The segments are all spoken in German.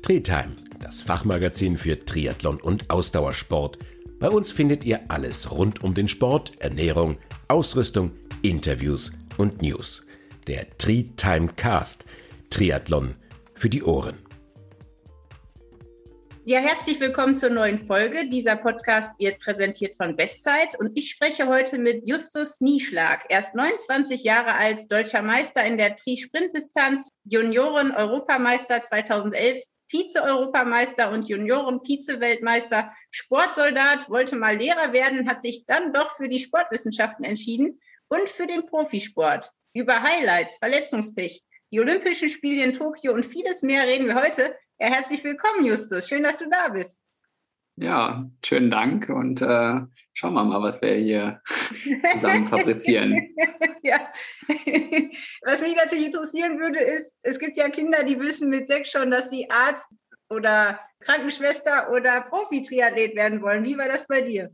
Tri-Time, das Fachmagazin für Triathlon und Ausdauersport. Bei uns findet ihr alles rund um den Sport, Ernährung, Ausrüstung, Interviews und News. Der Tri-Time Cast, Triathlon für die Ohren. Ja, herzlich willkommen zur neuen Folge. Dieser Podcast wird präsentiert von Bestzeit und ich spreche heute mit Justus Nieschlag. Er ist 29 Jahre alt, deutscher Meister in der Tri-Sprintdistanz, Junioren-Europameister 2011, Vize-Europameister und Junioren-Vize-Weltmeister, Sportsoldat, wollte mal Lehrer werden, hat sich dann doch für die Sportwissenschaften entschieden und für den Profisport. Über Highlights, Verletzungspech, die Olympischen Spiele in Tokio und vieles mehr reden wir heute. Ja, herzlich willkommen, Justus. Schön, dass du da bist. Ja, schönen Dank und schauen wir mal, was wir hier zusammen fabrizieren. Ja. Was mich natürlich interessieren würde, ist, es gibt ja Kinder, die wissen mit 6 schon, dass sie Arzt oder Krankenschwester oder Profi-Triathlet werden wollen. Wie war das bei dir?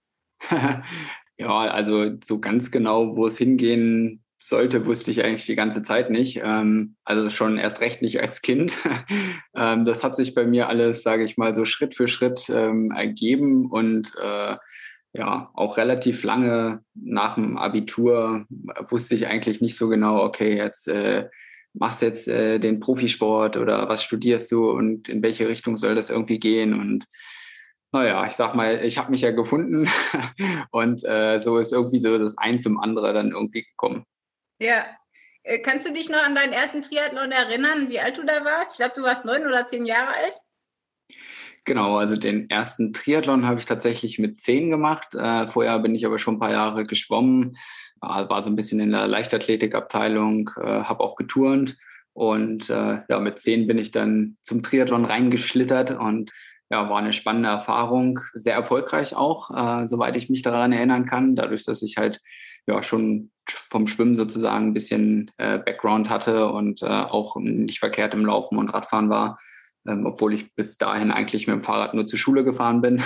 Ja, also so ganz genau, wo es hingehen sollte, wusste ich eigentlich die ganze Zeit nicht. Also schon erst recht nicht als Kind. Das hat sich bei mir alles, sage ich mal, so Schritt für Schritt ergeben und ja, auch relativ lange nach dem Abitur wusste ich eigentlich nicht so genau, okay, jetzt machst du jetzt den Profisport oder was studierst du und in welche Richtung soll das irgendwie gehen und naja, ich sag mal, ich habe mich ja gefunden und so ist irgendwie so das ein zum anderen dann irgendwie gekommen. Ja, kannst du dich noch an deinen ersten Triathlon erinnern, wie alt du da warst? Ich glaube, du warst 9 oder 10 Jahre alt. Genau, also den ersten Triathlon habe ich tatsächlich mit 10 gemacht. Vorher bin ich aber schon ein paar Jahre geschwommen, war so ein bisschen in der Leichtathletikabteilung, habe auch geturnt und ja, mit 10 bin ich dann zum Triathlon reingeschlittert und ja, war eine spannende Erfahrung, sehr erfolgreich auch, soweit ich mich daran erinnern kann, dadurch, dass ich halt ja schon vom Schwimmen sozusagen ein bisschen Background hatte und auch nicht verkehrt im Laufen und Radfahren war. Obwohl ich bis dahin eigentlich mit dem Fahrrad nur zur Schule gefahren bin.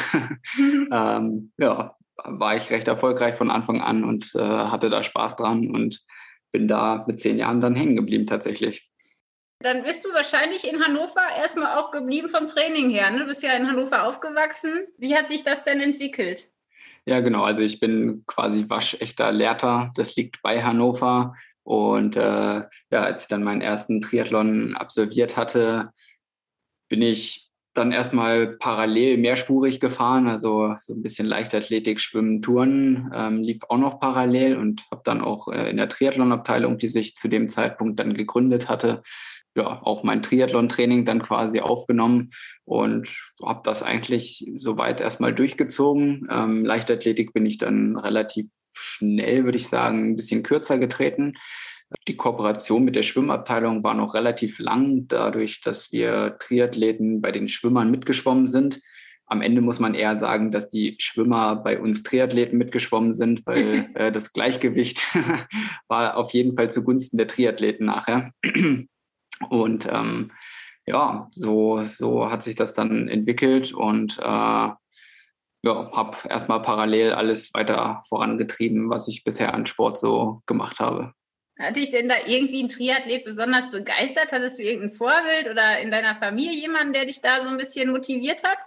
Ja, war ich recht erfolgreich von Anfang an und hatte da Spaß dran und bin da mit 10 Jahren dann hängen geblieben tatsächlich. Dann bist du wahrscheinlich in Hannover erstmal auch geblieben vom Training her, ne? Du bist ja in Hannover aufgewachsen. Wie hat sich das denn entwickelt? Ja, genau. Also ich bin quasi waschechter Lehrter. Das liegt bei Hannover. Und ja, als ich dann meinen ersten Triathlon absolviert hatte, bin ich dann erstmal parallel mehrspurig gefahren, also so ein bisschen Leichtathletik, Schwimmen, Touren lief auch noch parallel und habe dann auch in der Triathlon-Abteilung, die sich zu dem Zeitpunkt dann gegründet hatte, ja, auch mein Triathlon-Training dann quasi aufgenommen und habe das eigentlich soweit erstmal durchgezogen. Leichtathletik bin ich dann relativ schnell, würde ich sagen, ein bisschen kürzer getreten. Die Kooperation mit der Schwimmabteilung war noch relativ lang, dadurch, dass wir Triathleten bei den Schwimmern mitgeschwommen sind. Am Ende muss man eher sagen, dass die Schwimmer bei uns Triathleten mitgeschwommen sind, weil das Gleichgewicht war auf jeden Fall zugunsten der Triathleten nachher. Und ja, so hat sich das dann entwickelt und ja, habe erstmal parallel alles weiter vorangetrieben, was ich bisher an Sport so gemacht habe. Hat dich denn da irgendwie ein Triathlet besonders begeistert? Hattest du irgendein Vorbild oder in deiner Familie jemanden, der dich da so ein bisschen motiviert hat?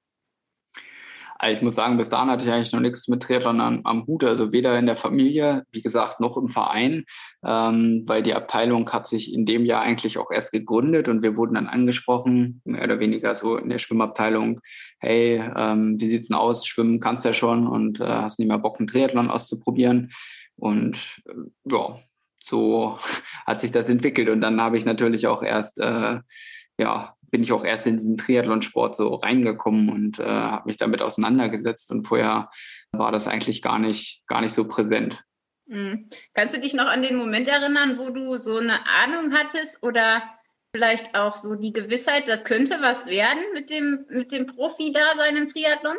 Also ich muss sagen, bis dahin hatte ich eigentlich noch nichts mit Triathlon am Hut, also weder in der Familie, wie gesagt, noch im Verein, weil die Abteilung hat sich in dem Jahr eigentlich auch erst gegründet und wir wurden dann angesprochen, mehr oder weniger so in der Schwimmabteilung, hey, wie sieht's denn aus, schwimmen kannst du ja schon und hast nicht mehr Bock, einen Triathlon auszuprobieren und ja, so hat sich das entwickelt und dann habe ich natürlich auch erst ja, bin ich auch erst in diesen Triathlonsport so reingekommen und habe mich damit auseinandergesetzt. Und vorher war das eigentlich gar nicht so präsent. Mhm. Kannst du dich noch an den Moment erinnern, wo du so eine Ahnung hattest oder vielleicht auch so die Gewissheit, das könnte was werden mit dem Profi-Dasein im Triathlon?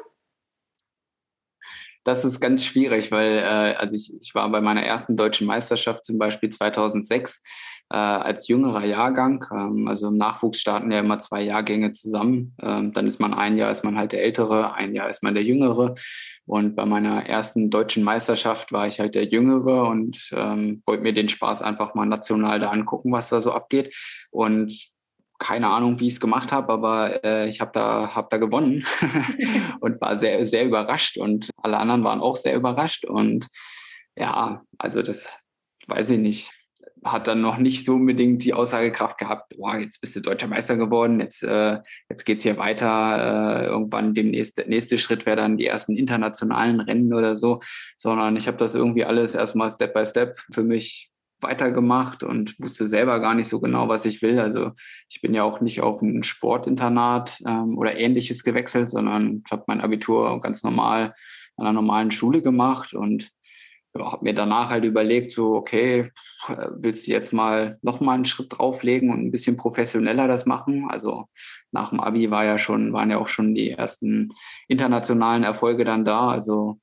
Das ist ganz schwierig, weil also ich war bei meiner ersten deutschen Meisterschaft zum Beispiel 2006 als jüngerer Jahrgang. Also im Nachwuchs starten ja immer 2 Jahrgänge zusammen. Dann ist man ein Jahr ist man halt der Ältere, ein Jahr ist man der Jüngere. Und bei meiner ersten deutschen Meisterschaft war ich halt der Jüngere und wollte mir den Spaß einfach mal national da angucken, was da so abgeht. Und keine Ahnung, wie ich es gemacht habe, aber ich hab da gewonnen und war sehr, sehr überrascht und alle anderen waren auch sehr überrascht. Und ja, also das weiß ich nicht. Hat dann noch nicht so unbedingt die Aussagekraft gehabt, boah, jetzt bist du deutscher Meister geworden, jetzt geht es hier weiter, irgendwann der nächste Schritt wäre dann die ersten internationalen Rennen oder so, sondern ich habe das irgendwie alles erstmal Step by Step für mich weitergemacht und wusste selber gar nicht so genau, was ich will. Also ich bin ja auch nicht auf ein Sportinternat oder ähnliches gewechselt, sondern habe mein Abitur ganz normal an einer normalen Schule gemacht und ja, habe mir danach halt überlegt, so, okay, willst du jetzt noch mal einen Schritt drauflegen und ein bisschen professioneller das machen? Also nach dem Abi waren ja auch schon die ersten internationalen Erfolge dann da, also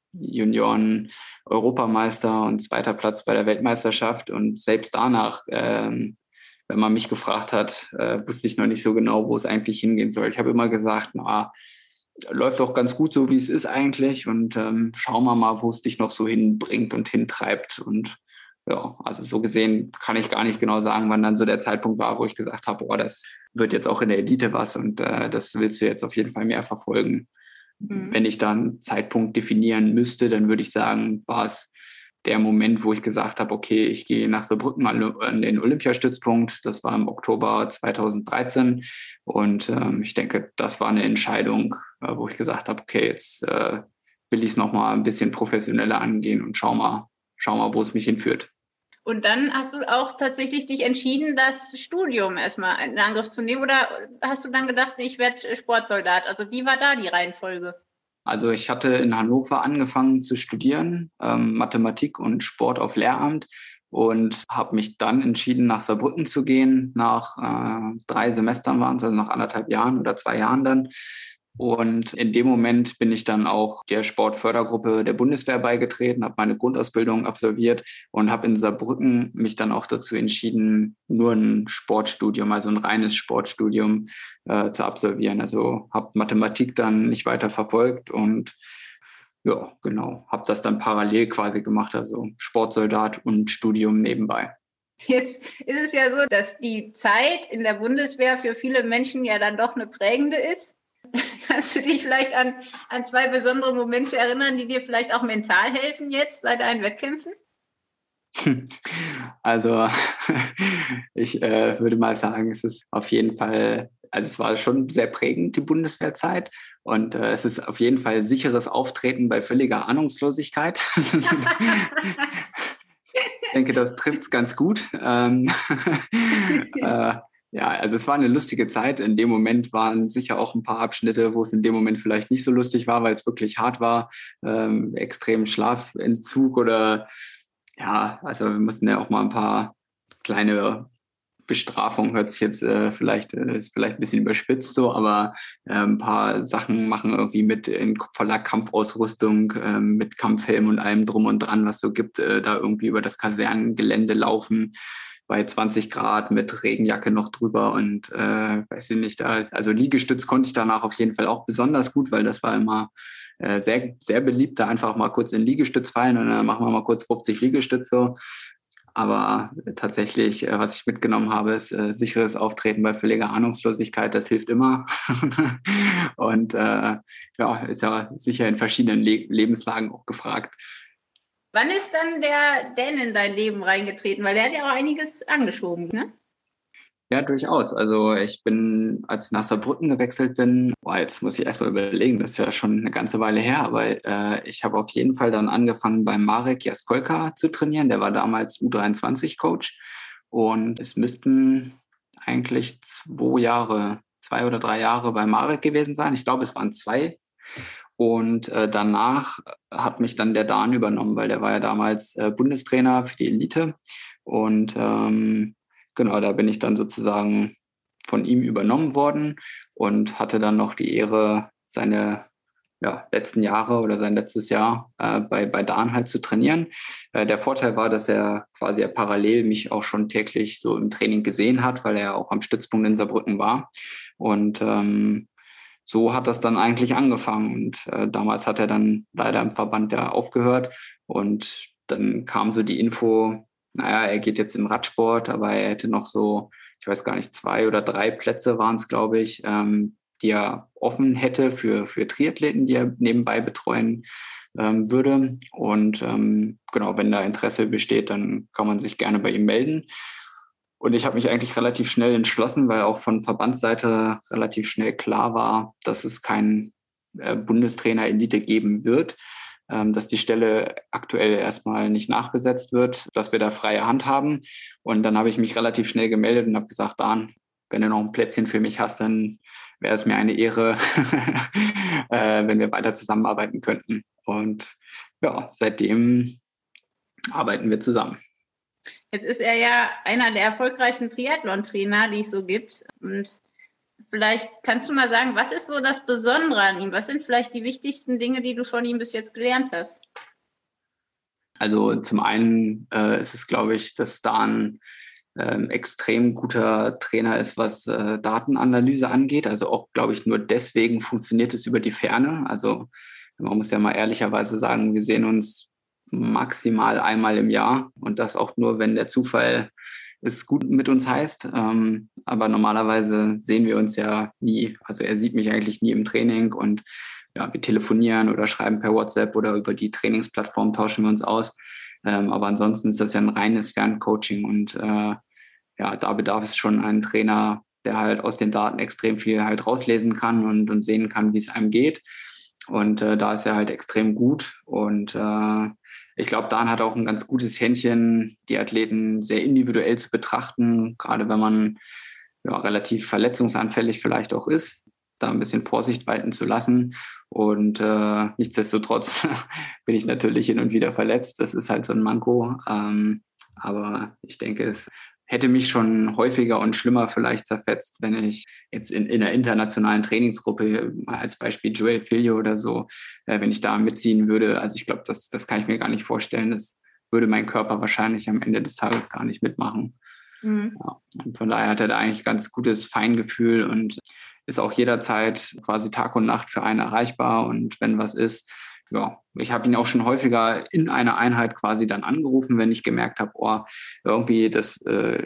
Junioren Europameister und zweiter Platz bei der Weltmeisterschaft. Und selbst danach, wenn man mich gefragt hat, wusste ich noch nicht so genau, wo es eigentlich hingehen soll. Ich habe immer gesagt, na, läuft auch ganz gut so, wie es ist eigentlich. Und schauen wir mal, wo es dich noch so hinbringt und hintreibt. Und ja, also so gesehen kann ich gar nicht genau sagen, wann dann so der Zeitpunkt war, wo ich gesagt habe, boah, das wird jetzt auch in der Elite was und das willst du jetzt auf jeden Fall mehr verfolgen. Wenn ich da einen Zeitpunkt definieren müsste, dann würde ich sagen, war es der Moment, wo ich gesagt habe, okay, ich gehe nach Saarbrücken an den Olympiastützpunkt. Das war im Oktober 2013. Und ich denke, das war eine Entscheidung, wo ich gesagt habe, okay, jetzt will ich es nochmal ein bisschen professioneller angehen und schau mal, wo es mich hinführt. Und dann hast du auch tatsächlich dich entschieden, das Studium erstmal in Angriff zu nehmen, oder hast du dann gedacht, ich werde Sportsoldat? Also wie war da die Reihenfolge? Also ich hatte in Hannover angefangen zu studieren, Mathematik und Sport auf Lehramt und habe mich dann entschieden, nach Saarbrücken zu gehen. Nach 3 Semestern waren es, also nach 1,5 Jahren oder 2 Jahren dann. Und in dem Moment bin ich dann auch der Sportfördergruppe der Bundeswehr beigetreten, habe meine Grundausbildung absolviert und habe in Saarbrücken mich dann auch dazu entschieden, nur ein Sportstudium, also ein reines Sportstudium zu absolvieren. Also habe Mathematik dann nicht weiter verfolgt und ja, genau, habe das dann parallel quasi gemacht, also Sportsoldat und Studium nebenbei. Jetzt ist es ja so, dass die Zeit in der Bundeswehr für viele Menschen ja dann doch eine prägende ist. Kannst du dich vielleicht an 2 besondere Momente erinnern, die dir vielleicht auch mental helfen jetzt bei deinen Wettkämpfen? Also ich würde mal sagen, es ist auf jeden Fall, also es war schon sehr prägend, die Bundeswehrzeit. Und es ist auf jeden Fall sicheres Auftreten bei völliger Ahnungslosigkeit. Ich denke, das trifft es ganz gut. Ja, also es war eine lustige Zeit. In dem Moment waren sicher auch ein paar Abschnitte, wo es in dem Moment vielleicht nicht so lustig war, weil es wirklich hart war. Extrem Schlafentzug oder ja, also wir mussten ja auch mal ein paar kleine Bestrafungen, hört sich jetzt ist vielleicht ein bisschen überspitzt so, aber ein paar Sachen machen irgendwie mit in voller Kampfausrüstung, mit Kampfhelm und allem drum und dran, was so gibt, da irgendwie über das Kasernengelände laufen bei 20 Grad mit Regenjacke noch drüber und weiß ich nicht, also Liegestütz konnte ich danach auf jeden Fall auch besonders gut, weil das war immer sehr, sehr beliebt, da einfach mal kurz in Liegestütz fallen und dann machen wir mal kurz 50 Liegestütze so. Aber tatsächlich, was ich mitgenommen habe, ist sicheres Auftreten bei völliger Ahnungslosigkeit. Das hilft immer. Und ja, ist ja sicher in verschiedenen Lebenslagen auch gefragt. Wann ist dann der Dan in dein Leben reingetreten? Weil der hat ja auch einiges angeschoben, ne? Ja, durchaus. Also als ich nach Saarbrücken gewechselt bin, jetzt muss ich erstmal überlegen, das ist ja schon eine ganze Weile her, aber ich habe auf jeden Fall dann angefangen beim Marek Jaskolka zu trainieren. Der war damals U23-Coach und es müssten eigentlich 2 oder 3 Jahre bei Marek gewesen sein. Ich glaube, es waren 2. Und danach hat mich dann der Dan übernommen, weil der war ja damals Bundestrainer für die Elite und genau, da bin ich dann sozusagen von ihm übernommen worden und hatte dann noch die Ehre, seine letzten Jahre oder sein letztes Jahr bei Dan halt zu trainieren. Der Vorteil war, dass er quasi parallel mich auch schon täglich so im Training gesehen hat, weil er auch am Stützpunkt in Saarbrücken war. Und so hat das dann eigentlich angefangen. Und damals hat er dann leider im Verband ja aufgehört. Und dann kam so die Info, naja, er geht jetzt in den Radsport, aber er hätte noch so ich weiß gar nicht, 2 oder 3 Plätze waren es, glaube ich, die er offen hätte für Triathleten, die er nebenbei betreuen würde. Und genau, wenn da Interesse besteht, dann kann man sich gerne bei ihm melden. Und ich habe mich eigentlich relativ schnell entschlossen, weil auch von Verbandsseite relativ schnell klar war, dass es keinen Bundestrainer-Elite geben wird, dass die Stelle aktuell erstmal nicht nachbesetzt wird, dass wir da freie Hand haben. Und dann habe ich mich relativ schnell gemeldet und habe gesagt, Dan, wenn du noch ein Plätzchen für mich hast, dann wäre es mir eine Ehre, wenn wir weiter zusammenarbeiten könnten. Und ja, seitdem arbeiten wir zusammen. Jetzt ist er ja einer der erfolgreichsten Triathlon-Trainer, die es so gibt. Und vielleicht kannst du mal sagen, was ist so das Besondere an ihm? Was sind vielleicht die wichtigsten Dinge, die du von ihm bis jetzt gelernt hast? Also zum einen ist es, glaube ich, dass Dan extrem guter Trainer ist, was Datenanalyse angeht. Also auch, glaube ich, nur deswegen funktioniert es über die Ferne. Also man muss ja mal ehrlicherweise sagen, wir sehen uns maximal einmal im Jahr und das auch nur, wenn der Zufall es gut mit uns heißt. Aber normalerweise sehen wir uns ja nie. Also er sieht mich eigentlich nie im Training und ja, wir telefonieren oder schreiben per WhatsApp oder über die Trainingsplattform tauschen wir uns aus. Aber ansonsten ist das ja ein reines Ferncoaching und ja, da bedarf es schon einen Trainer, der halt aus den Daten extrem viel halt rauslesen kann und sehen kann, wie es einem geht. Und da ist er halt extrem gut. Und ich glaube, Dan hat auch ein ganz gutes Händchen, die Athleten sehr individuell zu betrachten, gerade wenn man ja, relativ verletzungsanfällig vielleicht auch ist, da ein bisschen Vorsicht walten zu lassen. Und nichtsdestotrotz bin ich natürlich hin und wieder verletzt. Das ist halt so ein Manko. Aber ich denke, es hätte mich schon häufiger und schlimmer vielleicht zerfetzt, wenn ich jetzt in einer internationalen Trainingsgruppe, mal als Beispiel Joel Filho oder so, wenn ich da mitziehen würde. Also ich glaube, das kann ich mir gar nicht vorstellen. Das würde mein Körper wahrscheinlich am Ende des Tages gar nicht mitmachen. Mhm. Ja, und von daher hat er da eigentlich ganz gutes Feingefühl und ist auch jederzeit quasi Tag und Nacht für einen erreichbar. Und wenn was ist, ja, ich habe ihn auch schon häufiger in einer Einheit quasi dann angerufen, wenn ich gemerkt habe, oh, irgendwie das,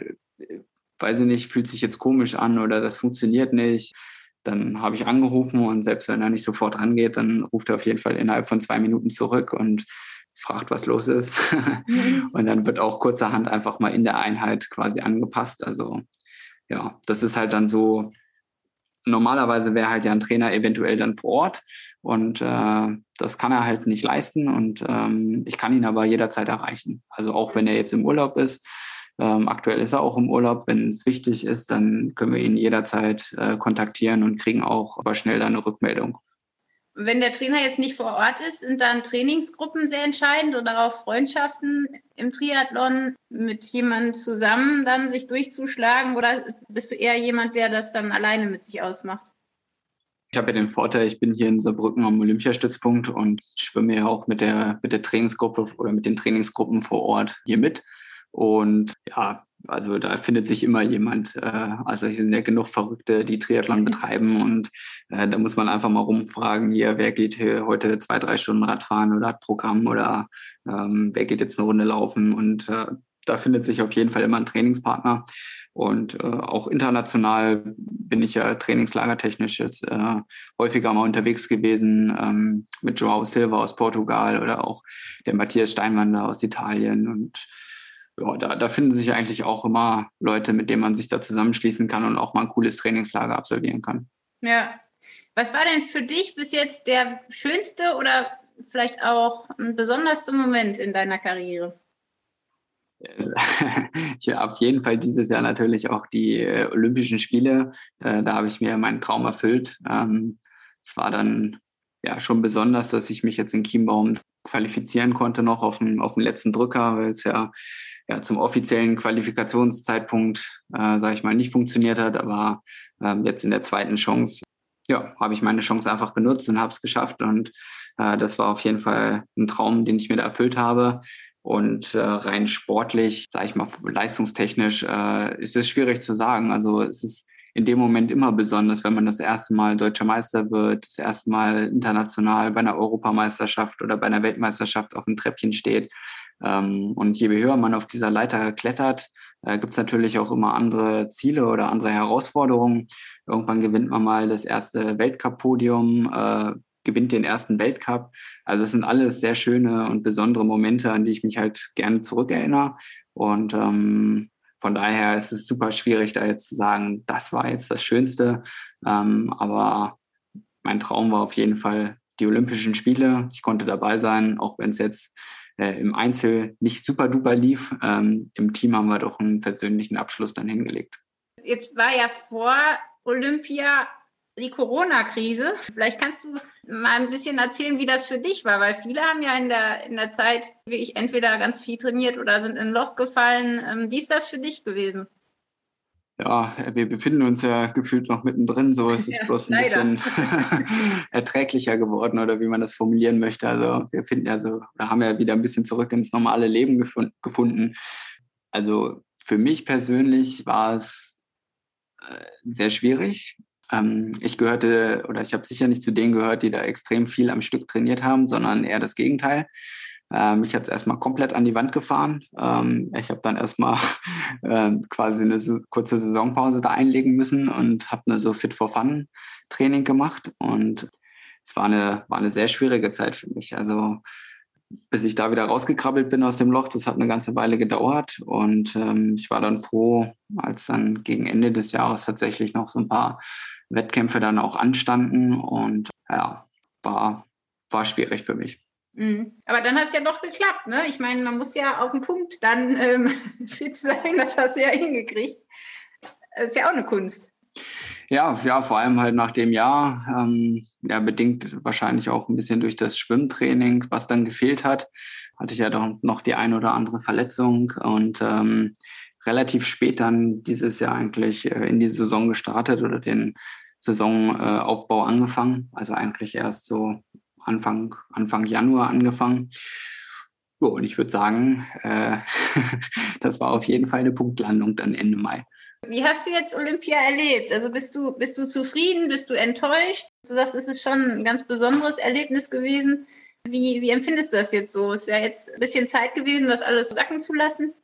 weiß ich nicht, fühlt sich jetzt komisch an oder das funktioniert nicht. Dann habe ich angerufen und selbst wenn er nicht sofort rangeht, dann ruft er auf jeden Fall innerhalb von 2 Minuten zurück und fragt, was los ist. Mhm. Und dann wird auch kurzerhand einfach mal in der Einheit quasi angepasst. Also ja, das ist halt dann so, normalerweise wäre halt ja ein Trainer eventuell dann vor Ort und das kann er halt nicht leisten und ich kann ihn aber jederzeit erreichen. Also auch wenn er jetzt im Urlaub ist, aktuell ist er auch im Urlaub, wenn es wichtig ist, dann können wir ihn jederzeit kontaktieren und kriegen auch aber schnell dann eine Rückmeldung. Wenn der Trainer jetzt nicht vor Ort ist, sind dann Trainingsgruppen sehr entscheidend oder auch Freundschaften im Triathlon mit jemandem zusammen dann sich durchzuschlagen oder bist du eher jemand, der das dann alleine mit sich ausmacht? Ich habe ja den Vorteil, ich bin hier in Saarbrücken am Olympiastützpunkt und schwimme ja auch mit der Trainingsgruppe oder mit den Trainingsgruppen vor Ort hier mit. Und ja, also da findet sich immer jemand. Also es sind ja genug Verrückte, die Triathlon betreiben und da muss man einfach mal rumfragen, hier, wer geht hier heute 2, 3 Stunden Radfahren oder hat Programm oder wer geht jetzt eine Runde laufen und da findet sich auf jeden Fall immer ein Trainingspartner. Und auch international bin ich ja trainingslagertechnisch jetzt häufiger mal unterwegs gewesen mit João Silva aus Portugal oder auch der Matthias Steinwander aus Italien und ja, da finden sich eigentlich auch immer Leute, mit denen man sich da zusammenschließen kann und auch mal ein cooles Trainingslager absolvieren kann. Ja. Was war denn für dich bis jetzt der schönste oder vielleicht auch ein besonderster Moment in deiner Karriere? Ich habe auf jeden Fall dieses Jahr natürlich auch die Olympischen Spiele. Da habe ich mir meinen Traum erfüllt. Es war dann ja schon besonders, dass ich mich jetzt in Chiembaum qualifizieren konnte noch auf dem letzten Drücker, weil es ja zum offiziellen Qualifikationszeitpunkt, sage ich mal, nicht funktioniert hat. Aber jetzt in der zweiten Chance, ja, habe ich meine Chance einfach genutzt und habe es geschafft. Und das war auf jeden Fall ein Traum, den ich mir da erfüllt habe. Und rein sportlich, sage ich mal, leistungstechnisch ist es schwierig zu sagen. Also es ist in dem Moment immer besonders, wenn man das erste Mal Deutscher Meister wird, das erste Mal international bei einer Europameisterschaft oder bei einer Weltmeisterschaft auf dem Treppchen steht. Und je höher man auf dieser Leiter klettert, gibt es natürlich auch immer andere Ziele oder andere Herausforderungen. Irgendwann gewinnt man mal das erste Weltcup-Podium, gewinnt den ersten Weltcup. Also es sind alles sehr schöne und besondere Momente, an die ich mich halt gerne zurückerinnere. Und von daher ist es super schwierig, da jetzt zu sagen, das war jetzt das Schönste. Aber mein Traum war auf jeden Fall die Olympischen Spiele. Ich konnte dabei sein, auch wenn es jetzt im Einzel nicht super duper lief. Im Team haben wir doch einen persönlichen Abschluss dann hingelegt. Jetzt war ja vor Olympia die Corona-Krise. Vielleicht kannst du mal ein bisschen erzählen, wie das für dich war, weil viele haben ja in der Zeit wirklich entweder ganz viel trainiert oder sind in ein Loch gefallen. Wie ist das für dich gewesen? Ja, wir befinden uns ja gefühlt noch mittendrin, so es ist bloß ein bisschen erträglicher geworden oder wie man das formulieren möchte. Also wir finden ja so, da haben wir ja wieder ein bisschen zurück ins normale Leben gefunden. Also für mich persönlich war es sehr schwierig. Ich habe sicher nicht zu denen gehört, die da extrem viel am Stück trainiert haben, sondern eher das Gegenteil. Mich hat es erstmal komplett an die Wand gefahren. Ich habe dann erstmal quasi eine kurze Saisonpause da einlegen müssen und habe eine so Fit-for-Fun-Training gemacht. Und es war eine sehr schwierige Zeit für mich. Also bis ich da wieder rausgekrabbelt bin aus dem Loch, das hat eine ganze Weile gedauert. Und ich war dann froh, als dann gegen Ende des Jahres tatsächlich noch so ein paar Wettkämpfe dann auch anstanden. Und ja, war schwierig für mich. Aber dann hat es ja doch geklappt, ne? Ich meine, man muss ja auf den Punkt dann fit sein, das hast du ja hingekriegt. Das ist ja auch eine Kunst. Ja, vor allem halt nach dem Jahr, bedingt wahrscheinlich auch ein bisschen durch das Schwimmtraining, was dann gefehlt hat, hatte ich ja doch noch die ein oder andere Verletzung und relativ spät dann dieses Jahr eigentlich in die Saison gestartet oder den Saisonaufbau angefangen, also eigentlich erst so Anfang Januar angefangen. So, und ich würde sagen, das war auf jeden Fall eine Punktlandung dann Ende Mai. Wie hast du jetzt Olympia erlebt? Also bist du zufrieden? Bist du enttäuscht? Du sagst, es ist schon ein ganz besonderes Erlebnis gewesen. Wie empfindest du das jetzt so? Ist ja jetzt ein bisschen Zeit gewesen, das alles sacken zu lassen?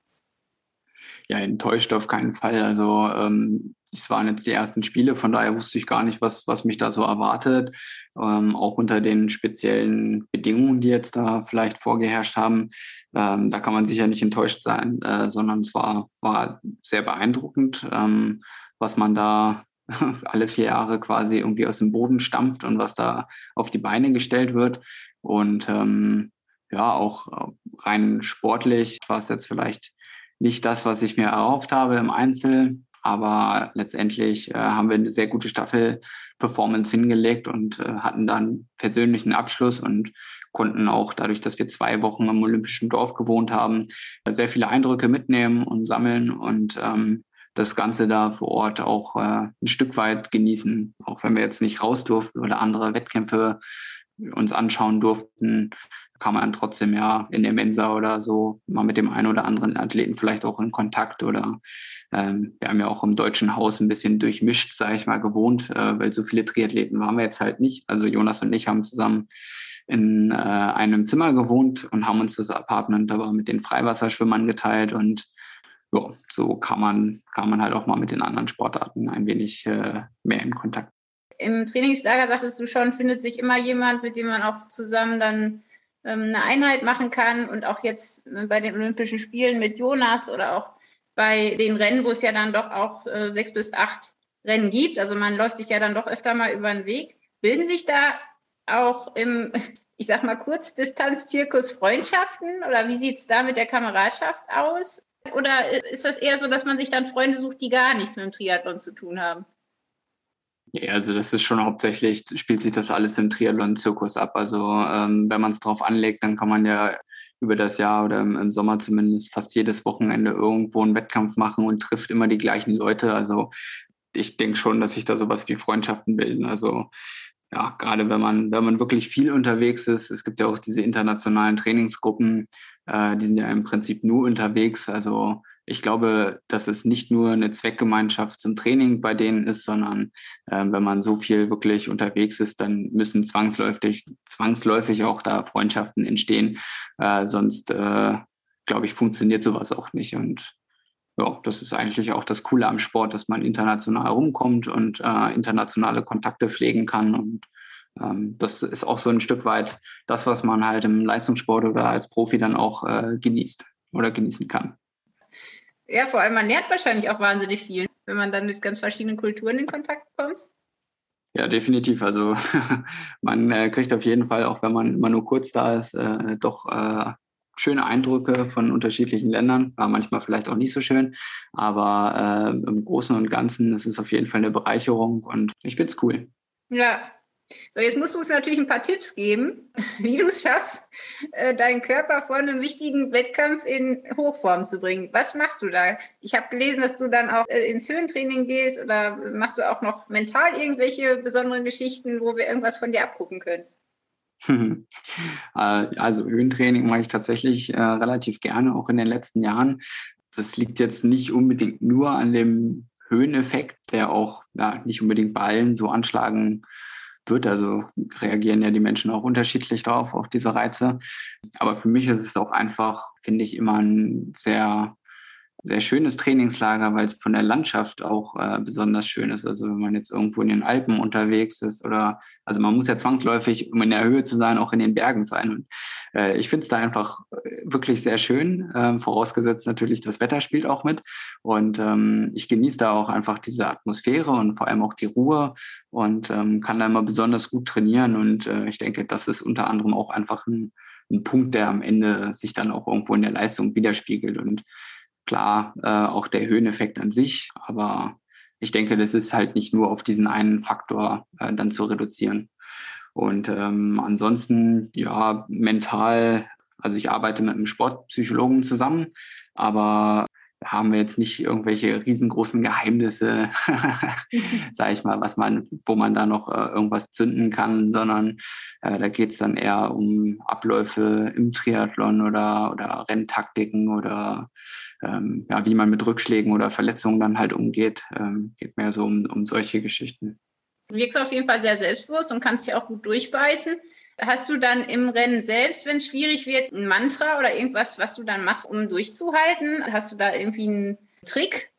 Ja, enttäuscht auf keinen Fall. Also es waren jetzt die ersten Spiele, von daher wusste ich gar nicht, was mich da so erwartet. Auch unter den speziellen Bedingungen, die jetzt da vielleicht vorgeherrscht haben. Da kann man sicher nicht enttäuscht sein, sondern es war sehr beeindruckend, was man da alle 4 Jahre quasi irgendwie aus dem Boden stampft und was da auf die Beine gestellt wird. Und auch rein sportlich war es jetzt vielleicht nicht das, was ich mir erhofft habe im Einzel, aber letztendlich haben wir eine sehr gute Staffel-Performance hingelegt und hatten dann persönlichen Abschluss und konnten auch dadurch, dass wir 2 Wochen im Olympischen Dorf gewohnt haben, sehr viele Eindrücke mitnehmen und sammeln und das Ganze da vor Ort auch ein Stück weit genießen, auch wenn wir jetzt nicht raus durften oder andere Wettkämpfe uns anschauen durften, kam man trotzdem ja in der Mensa oder so mal mit dem einen oder anderen Athleten vielleicht auch in Kontakt oder wir haben ja auch im Deutschen Haus ein bisschen durchmischt, sage ich mal, gewohnt, weil so viele Triathleten waren wir jetzt halt nicht. Also Jonas und ich haben zusammen in einem Zimmer gewohnt und haben uns das Apartment aber mit den Freiwasserschwimmern geteilt und ja, so kam man halt auch mal mit den anderen Sportarten ein wenig mehr in Kontakt. Im Trainingslager, sagtest du schon, findet sich immer jemand, mit dem man auch zusammen dann eine Einheit machen kann und auch jetzt bei den Olympischen Spielen mit Jonas oder auch bei den Rennen, wo es ja dann doch auch 6 bis 8 Rennen gibt, also man läuft sich ja dann doch öfter mal über den Weg. Bilden sich da auch im, ich sag mal, Kurzdistanz-Zirkus Freundschaften oder wie sieht es da mit der Kameradschaft aus? Oder ist das eher so, dass man sich dann Freunde sucht, die gar nichts mit dem Triathlon zu tun haben? Ja, also das ist schon hauptsächlich, spielt sich das alles im Triathlon-Zirkus ab. Also wenn man es drauf anlegt, dann kann man ja über das Jahr oder im Sommer zumindest fast jedes Wochenende irgendwo einen Wettkampf machen und trifft immer die gleichen Leute. Also ich denke schon, dass sich da sowas wie Freundschaften bilden. Also ja, gerade wenn man wirklich viel unterwegs ist, es gibt ja auch diese internationalen Trainingsgruppen, die sind ja im Prinzip nur unterwegs. Also ich glaube, dass es nicht nur eine Zweckgemeinschaft zum Training bei denen ist, sondern wenn man so viel wirklich unterwegs ist, dann müssen zwangsläufig auch da Freundschaften entstehen. Sonst, glaube ich, funktioniert sowas auch nicht. Und ja, das ist eigentlich auch das Coole am Sport, dass man international rumkommt und internationale Kontakte pflegen kann. Und das ist auch so ein Stück weit das, was man halt im Leistungssport oder als Profi dann auch genießt oder genießen kann. Ja, vor allem man lernt wahrscheinlich auch wahnsinnig viel, wenn man dann mit ganz verschiedenen Kulturen in Kontakt kommt. Ja, definitiv. Also man kriegt auf jeden Fall, auch wenn man immer nur kurz da ist, doch schöne Eindrücke von unterschiedlichen Ländern. War manchmal vielleicht auch nicht so schön, aber im Großen und Ganzen ist es auf jeden Fall eine Bereicherung und ich finde es cool. Ja. So, jetzt musst du uns natürlich ein paar Tipps geben, wie du es schaffst, deinen Körper vor einem wichtigen Wettkampf in Hochform zu bringen. Was machst du da? Ich habe gelesen, dass du dann auch ins Höhentraining gehst oder machst du auch noch mental irgendwelche besonderen Geschichten, wo wir irgendwas von dir abgucken können? Also Höhentraining mache ich tatsächlich relativ gerne, auch in den letzten Jahren. Das liegt jetzt nicht unbedingt nur an dem Höheneffekt, der auch nicht unbedingt bei allen so anschlagen wird. Also reagieren ja die Menschen auch unterschiedlich drauf, auf diese Reize. Aber für mich ist es auch einfach, finde ich, immer ein sehr, sehr schönes Trainingslager, weil es von der Landschaft auch besonders schön ist. Also wenn man jetzt irgendwo in den Alpen unterwegs ist oder, also man muss ja zwangsläufig, um in der Höhe zu sein, auch in den Bergen sein. Und ich finde es da einfach wirklich sehr schön, vorausgesetzt natürlich, das Wetter spielt auch mit. Und ich genieße da auch einfach diese Atmosphäre und vor allem auch die Ruhe und kann da immer besonders gut trainieren. Und ich denke, das ist unter anderem auch einfach ein Punkt, der am Ende sich dann auch irgendwo in der Leistung widerspiegelt. Und klar, auch der Höheneffekt an sich, aber ich denke, das ist halt nicht nur auf diesen einen Faktor dann zu reduzieren. Und ansonsten, ja, mental, also ich arbeite mit einem Sportpsychologen zusammen, aber da haben wir jetzt nicht irgendwelche riesengroßen Geheimnisse, sage ich mal, wo man da noch irgendwas zünden kann, sondern da geht es dann eher um Abläufe im Triathlon oder Renntaktiken oder wie man mit Rückschlägen oder Verletzungen dann halt umgeht. Geht mehr so um solche Geschichten. Du wirkst auf jeden Fall sehr selbstbewusst und kannst dich auch gut durchbeißen. Hast du dann im Rennen selbst, wenn es schwierig wird, ein Mantra oder irgendwas, was du dann machst, um durchzuhalten? Hast du da irgendwie einen Trick?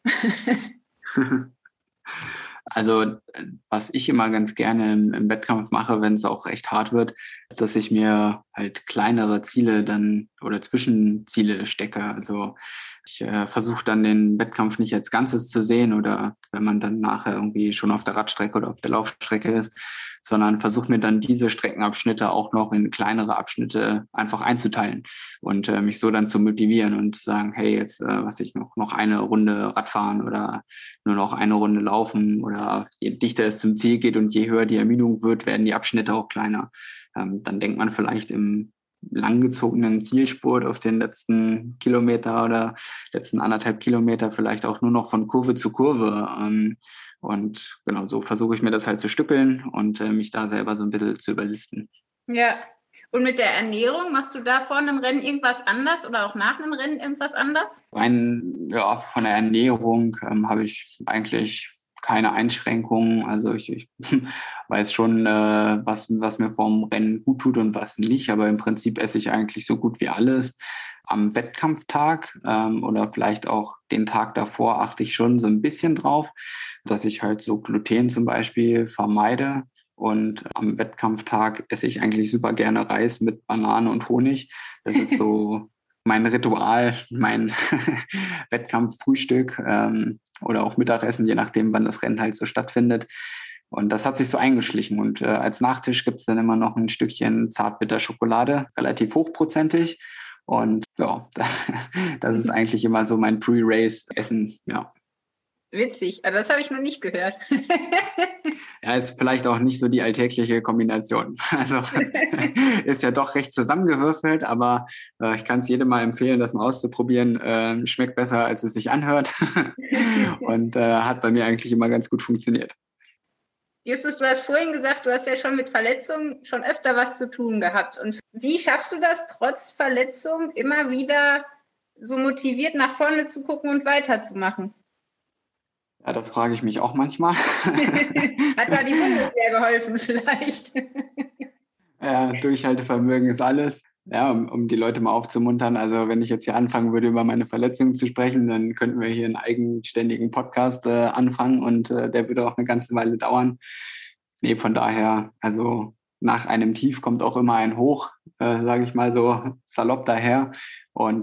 Also was ich immer ganz gerne im Wettkampf mache, wenn es auch echt hart wird, ist, dass ich mir halt kleinere Ziele dann oder Zwischenziele stecke. Also ich versuche dann den Wettkampf nicht als Ganzes zu sehen oder wenn man dann nachher irgendwie schon auf der Radstrecke oder auf der Laufstrecke ist, sondern versuche mir dann diese Streckenabschnitte auch noch in kleinere Abschnitte einfach einzuteilen und mich so dann zu motivieren und zu sagen, hey, jetzt noch eine Runde Radfahren oder nur noch eine Runde laufen oder je dichter es zum Ziel geht und je höher die Ermüdung wird, werden die Abschnitte auch kleiner. Dann denkt man vielleicht im langgezogenen Zielspurt auf den letzten Kilometer oder letzten 1,5 Kilometer vielleicht auch nur noch von Kurve zu Kurve. Und genau, so versuche ich mir das halt zu stückeln und mich da selber so ein bisschen zu überlisten. Ja, und mit der Ernährung, machst du da vor einem Rennen irgendwas anders oder auch nach einem Rennen irgendwas anders? Von der Ernährung habe ich eigentlich keine Einschränkungen. Also ich weiß schon, was mir vorm Rennen gut tut und was nicht. Aber im Prinzip esse ich eigentlich so gut wie alles. Am Wettkampftag oder vielleicht auch den Tag davor achte ich schon so ein bisschen drauf, dass ich halt so Gluten zum Beispiel vermeide. Und am Wettkampftag esse ich eigentlich super gerne Reis mit Banane und Honig. Das ist so mein Ritual, mein Wettkampffrühstück oder auch Mittagessen, je nachdem, wann das Rennen halt so stattfindet. Und das hat sich so eingeschlichen. Und als Nachtisch gibt es dann immer noch ein Stückchen Zartbitterschokolade, relativ hochprozentig. Und ja, das ist eigentlich immer so mein Pre-Race-Essen, ja. Witzig, also das habe ich noch nicht gehört. Ja, ist vielleicht auch nicht so die alltägliche Kombination. Also ist ja doch recht zusammengewürfelt, aber ich kann es jedem mal empfehlen, das mal auszuprobieren. Schmeckt besser, als es sich anhört und hat bei mir eigentlich immer ganz gut funktioniert. Justus, du hast vorhin gesagt, du hast ja schon mit Verletzungen schon öfter was zu tun gehabt. Und wie schaffst du das, trotz Verletzung immer wieder so motiviert nach vorne zu gucken und weiterzumachen? Ja, das frage ich mich auch manchmal. Hat da die Bundeswehr geholfen vielleicht? Ja, Durchhaltevermögen ist alles. Ja, um die Leute mal aufzumuntern. Also wenn ich jetzt hier anfangen würde, über meine Verletzungen zu sprechen, dann könnten wir hier einen eigenständigen Podcast anfangen und der würde auch eine ganze Weile dauern. Nee, von daher, also nach einem Tief kommt auch immer ein Hoch, sage ich mal so salopp daher. Und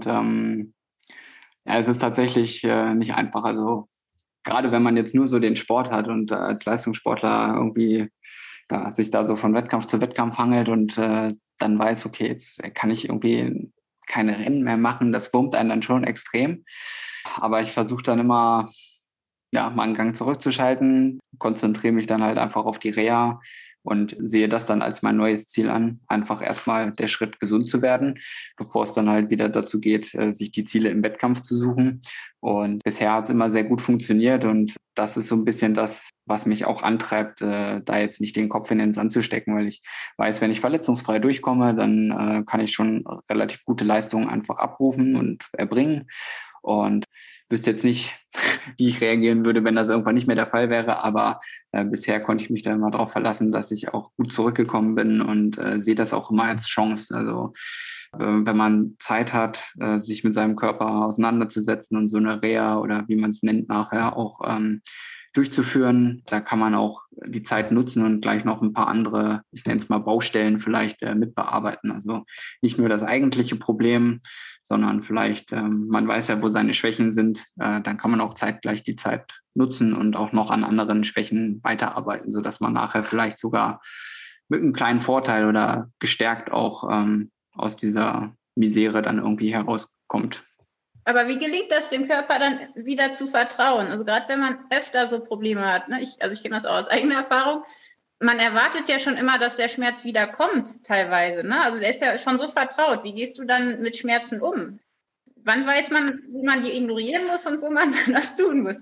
ja, es ist tatsächlich nicht einfach. Also gerade wenn man jetzt nur so den Sport hat und als Leistungssportler irgendwie sich da so von Wettkampf zu Wettkampf hangelt und dann weiß, okay, jetzt kann ich irgendwie keine Rennen mehr machen, das wurmt einen dann schon extrem. Aber ich versuche dann immer, ja, mal einen Gang zurückzuschalten, konzentriere mich dann halt einfach auf die Reha und sehe das dann als mein neues Ziel an, einfach erstmal der Schritt, gesund zu werden, bevor es dann halt wieder dazu geht, sich die Ziele im Wettkampf zu suchen. Und bisher hat es immer sehr gut funktioniert und das ist so ein bisschen das, was mich auch antreibt, da jetzt nicht den Kopf in den Sand zu stecken, weil ich weiß, wenn ich verletzungsfrei durchkomme, dann kann ich schon relativ gute Leistungen einfach abrufen und erbringen. Und wüsste jetzt nicht, wie ich reagieren würde, wenn das irgendwann nicht mehr der Fall wäre. Aber bisher konnte ich mich da immer darauf verlassen, dass ich auch gut zurückgekommen bin und sehe das auch immer als Chance. Also wenn man Zeit hat, sich mit seinem Körper auseinanderzusetzen und so eine Reha oder wie man es nennt nachher auch durchzuführen, da kann man auch die Zeit nutzen und gleich noch ein paar andere, ich nenne es mal Baustellen vielleicht mitbearbeiten. Also nicht nur das eigentliche Problem, sondern vielleicht, man weiß ja, wo seine Schwächen sind, dann kann man auch zeitgleich die Zeit nutzen und auch noch an anderen Schwächen weiterarbeiten, sodass man nachher vielleicht sogar mit einem kleinen Vorteil oder gestärkt auch aus dieser Misere dann irgendwie herauskommt. Aber wie gelingt das, dem Körper dann wieder zu vertrauen? Also gerade wenn man öfter so Probleme hat, ne? Ich kenne das auch aus eigener Erfahrung, man erwartet ja schon immer, dass der Schmerz wieder kommt, teilweise. Ne? Also der ist ja schon so vertraut. Wie gehst du dann mit Schmerzen um? Wann weiß man, wo man die ignorieren muss und wo man dann was tun muss?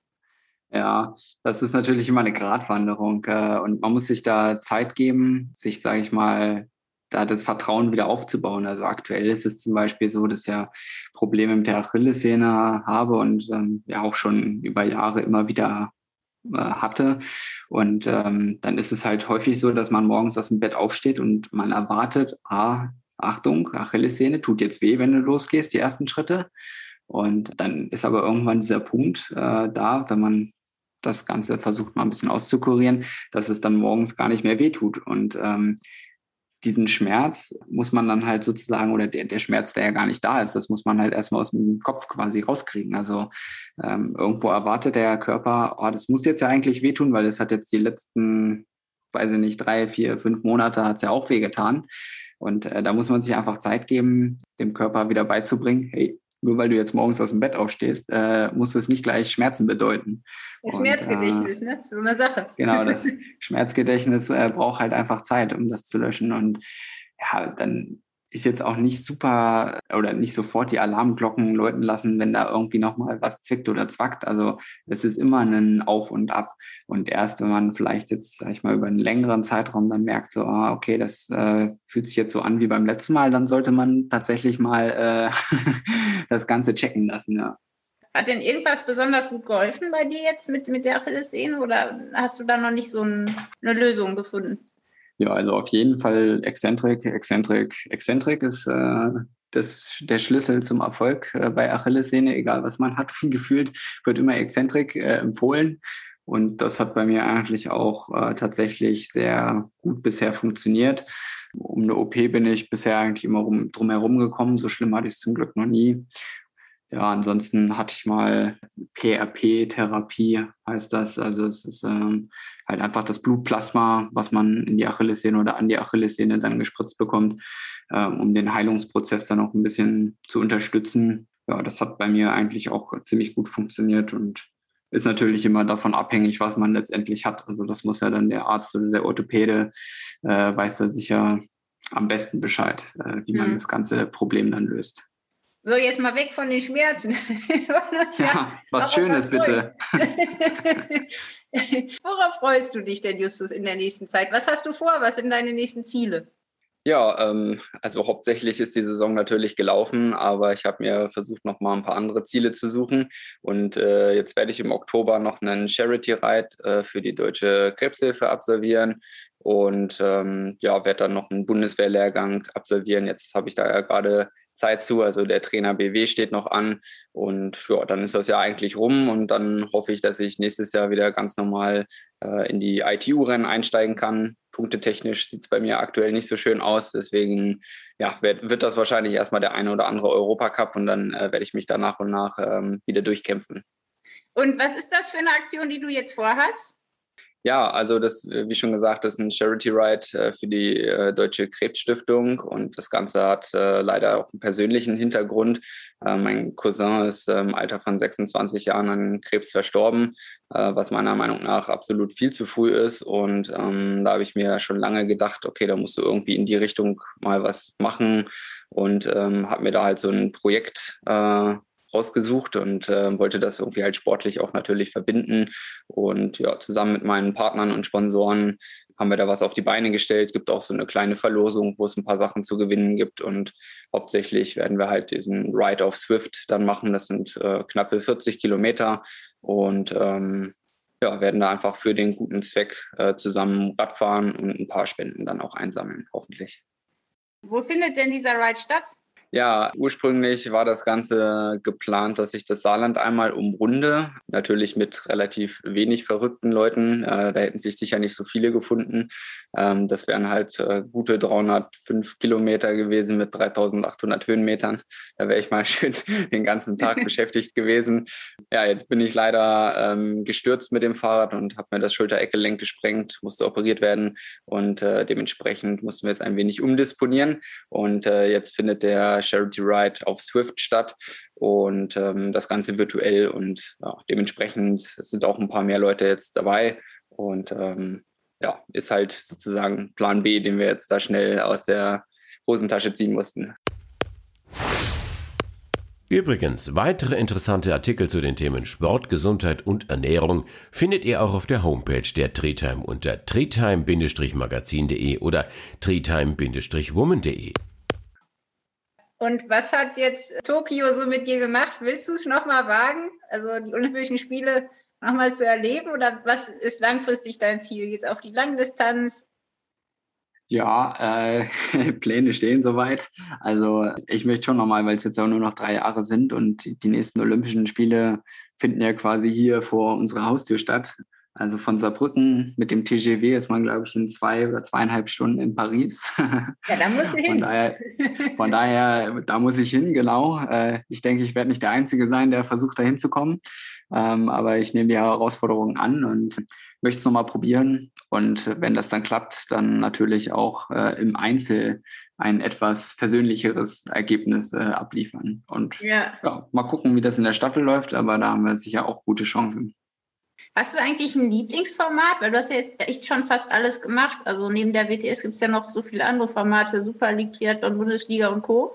Ja, das ist natürlich immer eine Gratwanderung und man muss sich da Zeit geben, sich, sage ich mal, da das Vertrauen wieder aufzubauen. Also aktuell ist es zum Beispiel so, dass ich ja Probleme mit der Achillessehne habe und ja auch schon über Jahre immer wieder hatte. Und dann ist es halt häufig so, dass man morgens aus dem Bett aufsteht und man erwartet, Achtung, Achillessehne, tut jetzt weh, wenn du losgehst, die ersten Schritte. Und dann ist aber irgendwann dieser Punkt da, wenn man das Ganze versucht mal ein bisschen auszukurieren, dass es dann morgens gar nicht mehr wehtut. Und diesen Schmerz muss man dann halt sozusagen, oder der Schmerz, der ja gar nicht da ist, das muss man halt erstmal aus dem Kopf quasi rauskriegen. Also irgendwo erwartet der Körper, das muss jetzt ja eigentlich wehtun, weil es hat jetzt die letzten, weiß ich nicht, 3, 4, 5 Monate hat es ja auch wehgetan. Und da muss man sich einfach Zeit geben, dem Körper wieder beizubringen, hey, nur weil du jetzt morgens aus dem Bett aufstehst, muss es nicht gleich Schmerzen bedeuten. Das Schmerzgedächtnis, ne? So eine Sache. Genau, das Schmerzgedächtnis braucht halt einfach Zeit, um das zu löschen. Und ja, dann ist jetzt auch nicht super oder nicht sofort die Alarmglocken läuten lassen, wenn da irgendwie nochmal was zwickt oder zwackt. Also es ist immer ein Auf und Ab. Und erst wenn man vielleicht jetzt, sag ich mal, über einen längeren Zeitraum dann merkt, so, okay, das fühlt sich jetzt so an wie beim letzten Mal, dann sollte man tatsächlich mal das Ganze checken lassen, ja. Hat denn irgendwas besonders gut geholfen bei dir jetzt mit der Achillessehne oder hast du da noch nicht so eine Lösung gefunden? Ja, also auf jeden Fall Exzentrik. Exzentrik ist der Schlüssel zum Erfolg bei Achillessehne, egal was man hat. Gefühlt wird immer Exzentrik empfohlen. Und das hat bei mir eigentlich auch tatsächlich sehr gut bisher funktioniert. Um eine OP bin ich bisher eigentlich immer drum herum gekommen. So schlimm hatte ich es zum Glück noch nie. Ja, ansonsten hatte ich mal PRP-Therapie, heißt das. Also es ist halt einfach das Blutplasma, was man in die Achillessehne oder an die Achillessehne dann gespritzt bekommt, um den Heilungsprozess dann auch ein bisschen zu unterstützen. Ja, das hat bei mir eigentlich auch ziemlich gut funktioniert und ist natürlich immer davon abhängig, was man letztendlich hat. Also das muss ja dann der Arzt oder der Orthopäde, weiß da sicher am besten Bescheid, wie man das ganze Problem dann löst. So, jetzt mal weg von den Schmerzen. Ja, was Schönes bitte. Worauf freust du dich denn, Justus, in der nächsten Zeit? Was hast du vor? Was sind deine nächsten Ziele? Ja, also hauptsächlich ist die Saison natürlich gelaufen, aber ich habe mir versucht, noch mal ein paar andere Ziele zu suchen. Und jetzt werde ich im Oktober noch einen Charity-Ride für die Deutsche Krebshilfe absolvieren und ja, werde dann noch einen Bundeswehrlehrgang absolvieren. Jetzt habe ich da ja gerade Zeit zu, also der Trainer BW steht noch an und ja, dann ist das ja eigentlich rum und dann hoffe ich, dass ich nächstes Jahr wieder ganz normal in die ITU-Rennen einsteigen kann. Punktetechnisch sieht es bei mir aktuell nicht so schön aus. Deswegen ja, wird das wahrscheinlich erstmal der eine oder andere Europacup und dann werde ich mich da nach und nach wieder durchkämpfen. Und was ist das für eine Aktion, die du jetzt vorhast? Ja, also das, wie schon gesagt, das ist ein Charity-Ride für die Deutsche Krebsstiftung und das Ganze hat leider auch einen persönlichen Hintergrund. Mein Cousin ist im Alter von 26 Jahren an Krebs verstorben, was meiner Meinung nach absolut viel zu früh ist und da habe ich mir schon lange gedacht, okay, da musst du irgendwie in die Richtung mal was machen und habe mir da halt so ein Projekt rausgesucht und wollte das irgendwie halt sportlich auch natürlich verbinden. Und ja, zusammen mit meinen Partnern und Sponsoren haben wir da was auf die Beine gestellt. Gibt auch so eine kleine Verlosung, wo es ein paar Sachen zu gewinnen gibt. Und hauptsächlich werden wir halt diesen Ride auf Swift dann machen. Das sind knappe 40 Kilometer und ja, werden da einfach für den guten Zweck zusammen Radfahren und ein paar Spenden dann auch einsammeln, hoffentlich. Wo findet denn dieser Ride statt? Ja, ursprünglich war das Ganze geplant, dass ich das Saarland einmal umrunde. Natürlich mit relativ wenig verrückten Leuten. Da hätten sich sicher nicht so viele gefunden. Das wären halt gute 305 Kilometer gewesen mit 3.800 Höhenmetern. Da wäre ich mal schön den ganzen Tag beschäftigt gewesen. Ja, jetzt bin ich leider gestürzt mit dem Fahrrad und habe mir das Schulter-Eckgelenk gesprengt, musste operiert werden. Und dementsprechend mussten wir jetzt ein wenig umdisponieren. Und jetzt findet der Charity Ride auf Swift statt und das Ganze virtuell und ja, dementsprechend sind auch ein paar mehr Leute jetzt dabei und ja, ist halt sozusagen Plan B, den wir jetzt da schnell aus der Hosentasche ziehen mussten. Übrigens, weitere interessante Artikel zu den Themen Sport, Gesundheit und Ernährung findet ihr auch auf der Homepage der Treetime unter treetime-magazin.de oder treetime-woman.de. Und was hat jetzt Tokio so mit dir gemacht? Willst du es nochmal wagen? Also die Olympischen Spiele nochmal zu erleben? Oder was ist langfristig dein Ziel? Geht's auf die Langdistanz? Ja, Pläne stehen soweit. Also ich möchte schon nochmal, weil es jetzt auch nur noch 3 Jahre sind und die nächsten Olympischen Spiele finden ja quasi hier vor unserer Haustür statt. Also von Saarbrücken mit dem TGV ist man, glaube ich, in 2 oder 2,5 Stunden in Paris. Ja, da musst du hin. Von daher, da muss ich hin, genau. Ich denke, ich werde nicht der Einzige sein, der versucht, da hinzukommen. Aber ich nehme die Herausforderung an und möchte es nochmal probieren. Und wenn das dann klappt, dann natürlich auch im Einzel ein etwas versöhnlicheres Ergebnis abliefern. Und ja, mal gucken, wie das in der Staffel läuft, aber da haben wir sicher auch gute Chancen. Hast du eigentlich ein Lieblingsformat? Weil du hast ja jetzt echt schon fast alles gemacht. Also neben der WTS gibt es ja noch so viele andere Formate, Super League, Triathlon, Bundesliga und Co.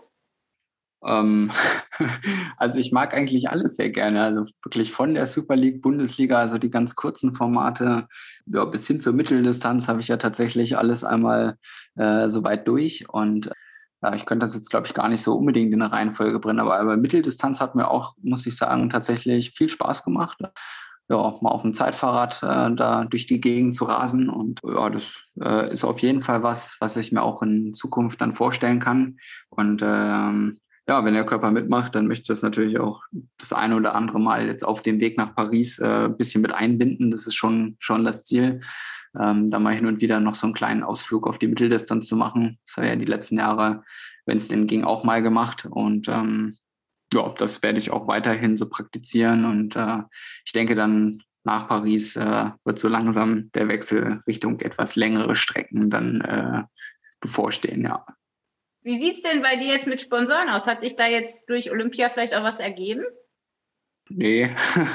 Also ich mag eigentlich alles sehr gerne. Also wirklich von der Super League, Bundesliga, also die ganz kurzen Formate, ja, bis hin zur Mitteldistanz habe ich ja tatsächlich alles einmal soweit durch. Und ich könnte das jetzt, glaube ich, gar nicht so unbedingt in eine Reihenfolge bringen. Aber Mitteldistanz hat mir auch, muss ich sagen, tatsächlich viel Spaß gemacht. Ja, mal auf dem Zeitfahrrad da durch die Gegend zu rasen. Und ja, das ist auf jeden Fall was ich mir auch in Zukunft dann vorstellen kann. Und ja, wenn der Körper mitmacht, dann möchte ich das natürlich auch das eine oder andere Mal jetzt auf dem Weg nach Paris ein bisschen mit einbinden. Das ist schon das Ziel, da mal hin und wieder noch so einen kleinen Ausflug auf die Mitteldistanz zu machen. Das habe ich ja die letzten Jahre, wenn es denn ging, auch mal gemacht. Und ja, das werde ich auch weiterhin so praktizieren. Und ich denke dann nach Paris wird so langsam der Wechsel Richtung etwas längere Strecken dann bevorstehen, ja. Wie sieht es denn bei dir jetzt mit Sponsoren aus? Hat sich da jetzt durch Olympia vielleicht auch was ergeben? Nee.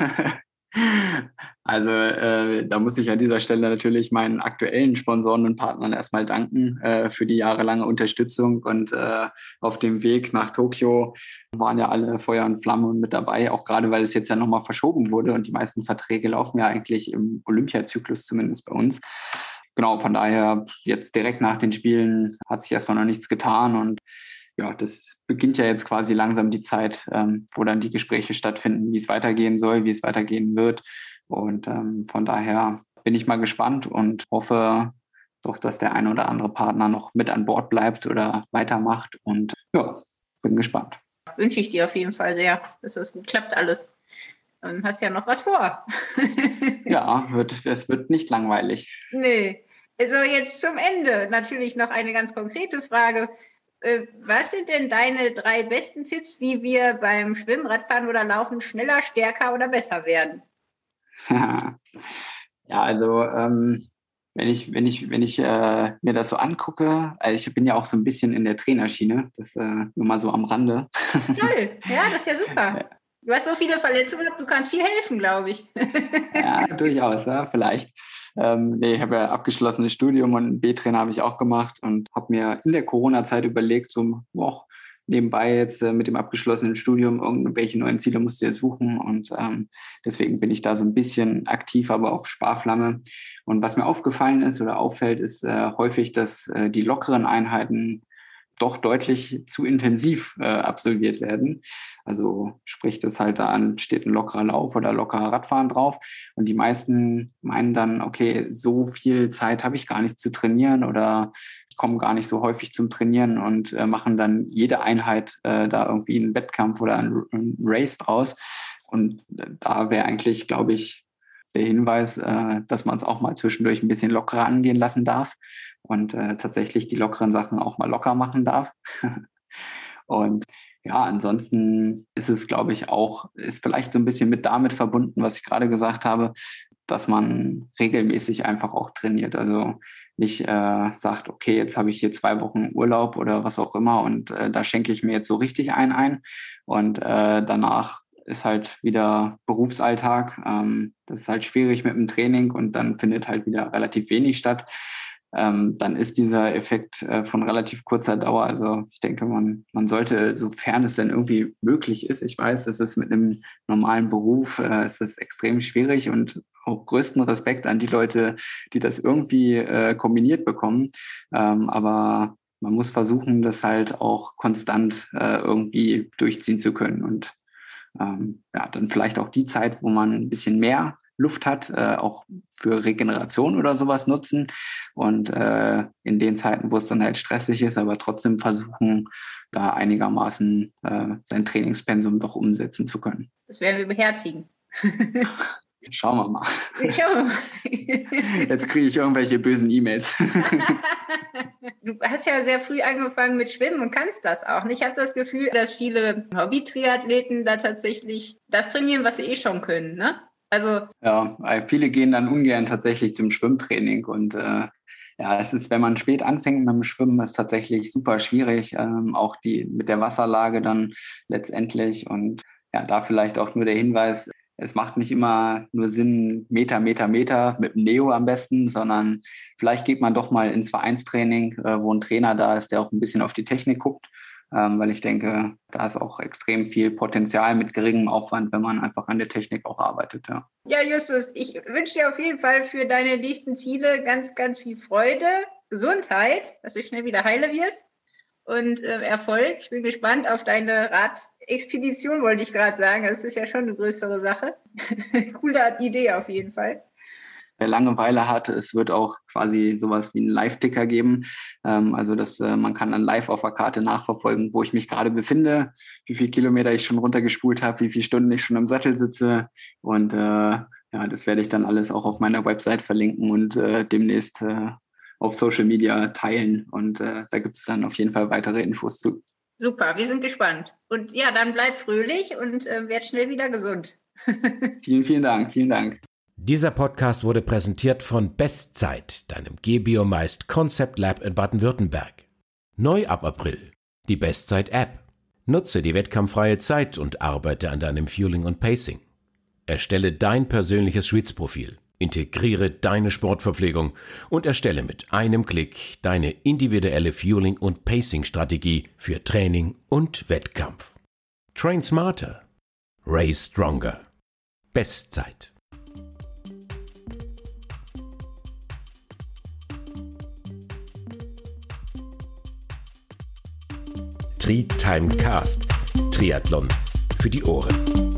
Also da muss ich an dieser Stelle natürlich meinen aktuellen Sponsoren und Partnern erstmal danken für die jahrelange Unterstützung. Und auf dem Weg nach Tokio waren ja alle Feuer und Flamme mit dabei, auch gerade weil es jetzt ja nochmal verschoben wurde und die meisten Verträge laufen ja eigentlich im Olympiazyklus, zumindest bei uns. genau, von daher jetzt direkt nach den Spielen hat sich erstmal noch nichts getan und ja, das beginnt ja jetzt quasi langsam die Zeit, wo dann die Gespräche stattfinden, wie es weitergehen soll, wie es weitergehen wird. Und von daher bin ich mal gespannt und hoffe doch, dass der ein oder andere Partner noch mit an Bord bleibt oder weitermacht. Und ja, bin gespannt. Wünsche ich dir auf jeden Fall sehr, dass das gut klappt alles. Hast ja noch was vor. Ja, es wird nicht langweilig. Nee. Also jetzt zum Ende natürlich noch eine ganz konkrete Frage. Was sind denn deine 3 besten Tipps, wie wir beim Schwimmen, Radfahren oder Laufen schneller, stärker oder besser werden? Ja, also wenn ich mir das so angucke, also ich bin ja auch so ein bisschen in der Trainerschiene, das nur mal so am Rande. Toll, ja, das ist ja super. Du hast so viele Verletzungen gehabt, du kannst viel helfen, glaube ich. Ja, durchaus, ja, vielleicht. Ich habe ja abgeschlossenes Studium und einen B-Trainer habe ich auch gemacht und habe mir in der Corona-Zeit überlegt, so nebenbei jetzt mit dem abgeschlossenen Studium irgendwelche neuen Ziele musst du jetzt suchen und deswegen bin ich da so ein bisschen aktiv, aber auf Sparflamme. Und was mir aufgefallen ist oder auffällt, ist häufig, dass die lockeren Einheiten doch deutlich zu intensiv absolviert werden. Also sprich, das halt da steht ein lockerer Lauf oder lockerer Radfahren drauf und die meisten meinen dann, okay, so viel Zeit habe ich gar nicht zu trainieren oder ich komme gar nicht so häufig zum Trainieren und machen dann jede Einheit da irgendwie einen Wettkampf oder ein Race draus. Und da wäre eigentlich, glaube ich, der Hinweis, dass man es auch mal zwischendurch ein bisschen lockerer angehen lassen darf und tatsächlich die lockeren Sachen auch mal locker machen darf. Und ja, ansonsten ist es, glaube ich, ist vielleicht so ein bisschen damit verbunden, was ich gerade gesagt habe, dass man regelmäßig einfach auch trainiert. Also nicht sagt, okay, jetzt habe ich hier 2 Wochen Urlaub oder was auch immer und da schenke ich mir jetzt so richtig ein und danach ist halt wieder Berufsalltag. Das ist halt schwierig mit dem Training und dann findet halt wieder relativ wenig statt. Dann ist dieser Effekt von relativ kurzer Dauer. Also ich denke, man sollte, sofern es denn irgendwie möglich ist, ich weiß, es ist mit einem normalen Beruf, es ist extrem schwierig und auch größten Respekt an die Leute, die das irgendwie kombiniert bekommen. Aber man muss versuchen, das halt auch konstant irgendwie durchziehen zu können und dann vielleicht auch die Zeit, wo man ein bisschen mehr Luft hat, auch für Regeneration oder sowas nutzen und in den Zeiten, wo es dann halt stressig ist, aber trotzdem versuchen, da einigermaßen sein Trainingspensum doch umsetzen zu können. Das werden wir beherzigen. Schauen wir mal. Jetzt kriege ich irgendwelche bösen E-Mails. Du hast ja sehr früh angefangen mit Schwimmen und kannst das auch. Ich habe das Gefühl, dass viele Hobby-Triathleten da tatsächlich das trainieren, was sie schon können, ne? Also ja, viele gehen dann ungern tatsächlich zum Schwimmtraining und es ist, wenn man spät anfängt mit dem Schwimmen, ist tatsächlich super schwierig, auch mit der Wasserlage dann letztendlich und ja, da vielleicht auch nur der Hinweis, es macht nicht immer nur Sinn, Meter mit dem Neo am besten, sondern vielleicht geht man doch mal ins Vereinstraining, wo ein Trainer da ist, der auch ein bisschen auf die Technik guckt, weil ich denke, da ist auch extrem viel Potenzial mit geringem Aufwand, wenn man einfach an der Technik auch arbeitet. Ja, ja, Justus, ich wünsche dir auf jeden Fall für deine nächsten Ziele ganz, ganz viel Freude, Gesundheit, dass du schnell wieder heile wirst. Und Erfolg. Ich bin gespannt auf deine Radexpedition, wollte ich gerade sagen. Das ist ja schon eine größere Sache. Coole Idee auf jeden Fall. Wer Langeweile hat, es wird auch quasi sowas wie einen Live-Ticker geben. Also man kann dann live auf der Karte nachverfolgen, wo ich mich gerade befinde, wie viele Kilometer ich schon runtergespult habe, wie viele Stunden ich schon im Sattel sitze. Und das werde ich dann alles auch auf meiner Website verlinken und demnächst auf Social Media teilen und da gibt es dann auf jeden Fall weitere Infos zu. Super, wir sind gespannt. Und ja, dann bleib fröhlich und werd schnell wieder gesund. Vielen, vielen Dank, vielen Dank. Dieser Podcast wurde präsentiert von Bestzeit, deinem G-Biomeist Concept Lab in Baden-Württemberg. Neu ab April, die Bestzeit-App. Nutze die wettkampffreie Zeit und arbeite an deinem Fueling und Pacing. Erstelle dein persönliches Schwitzprofil. Integriere deine Sportverpflegung und erstelle mit einem Klick deine individuelle Fueling- und Pacing-Strategie für Training und Wettkampf. Train smarter. Race stronger. Bestzeit. Tri-Time Cast. Triathlon für die Ohren.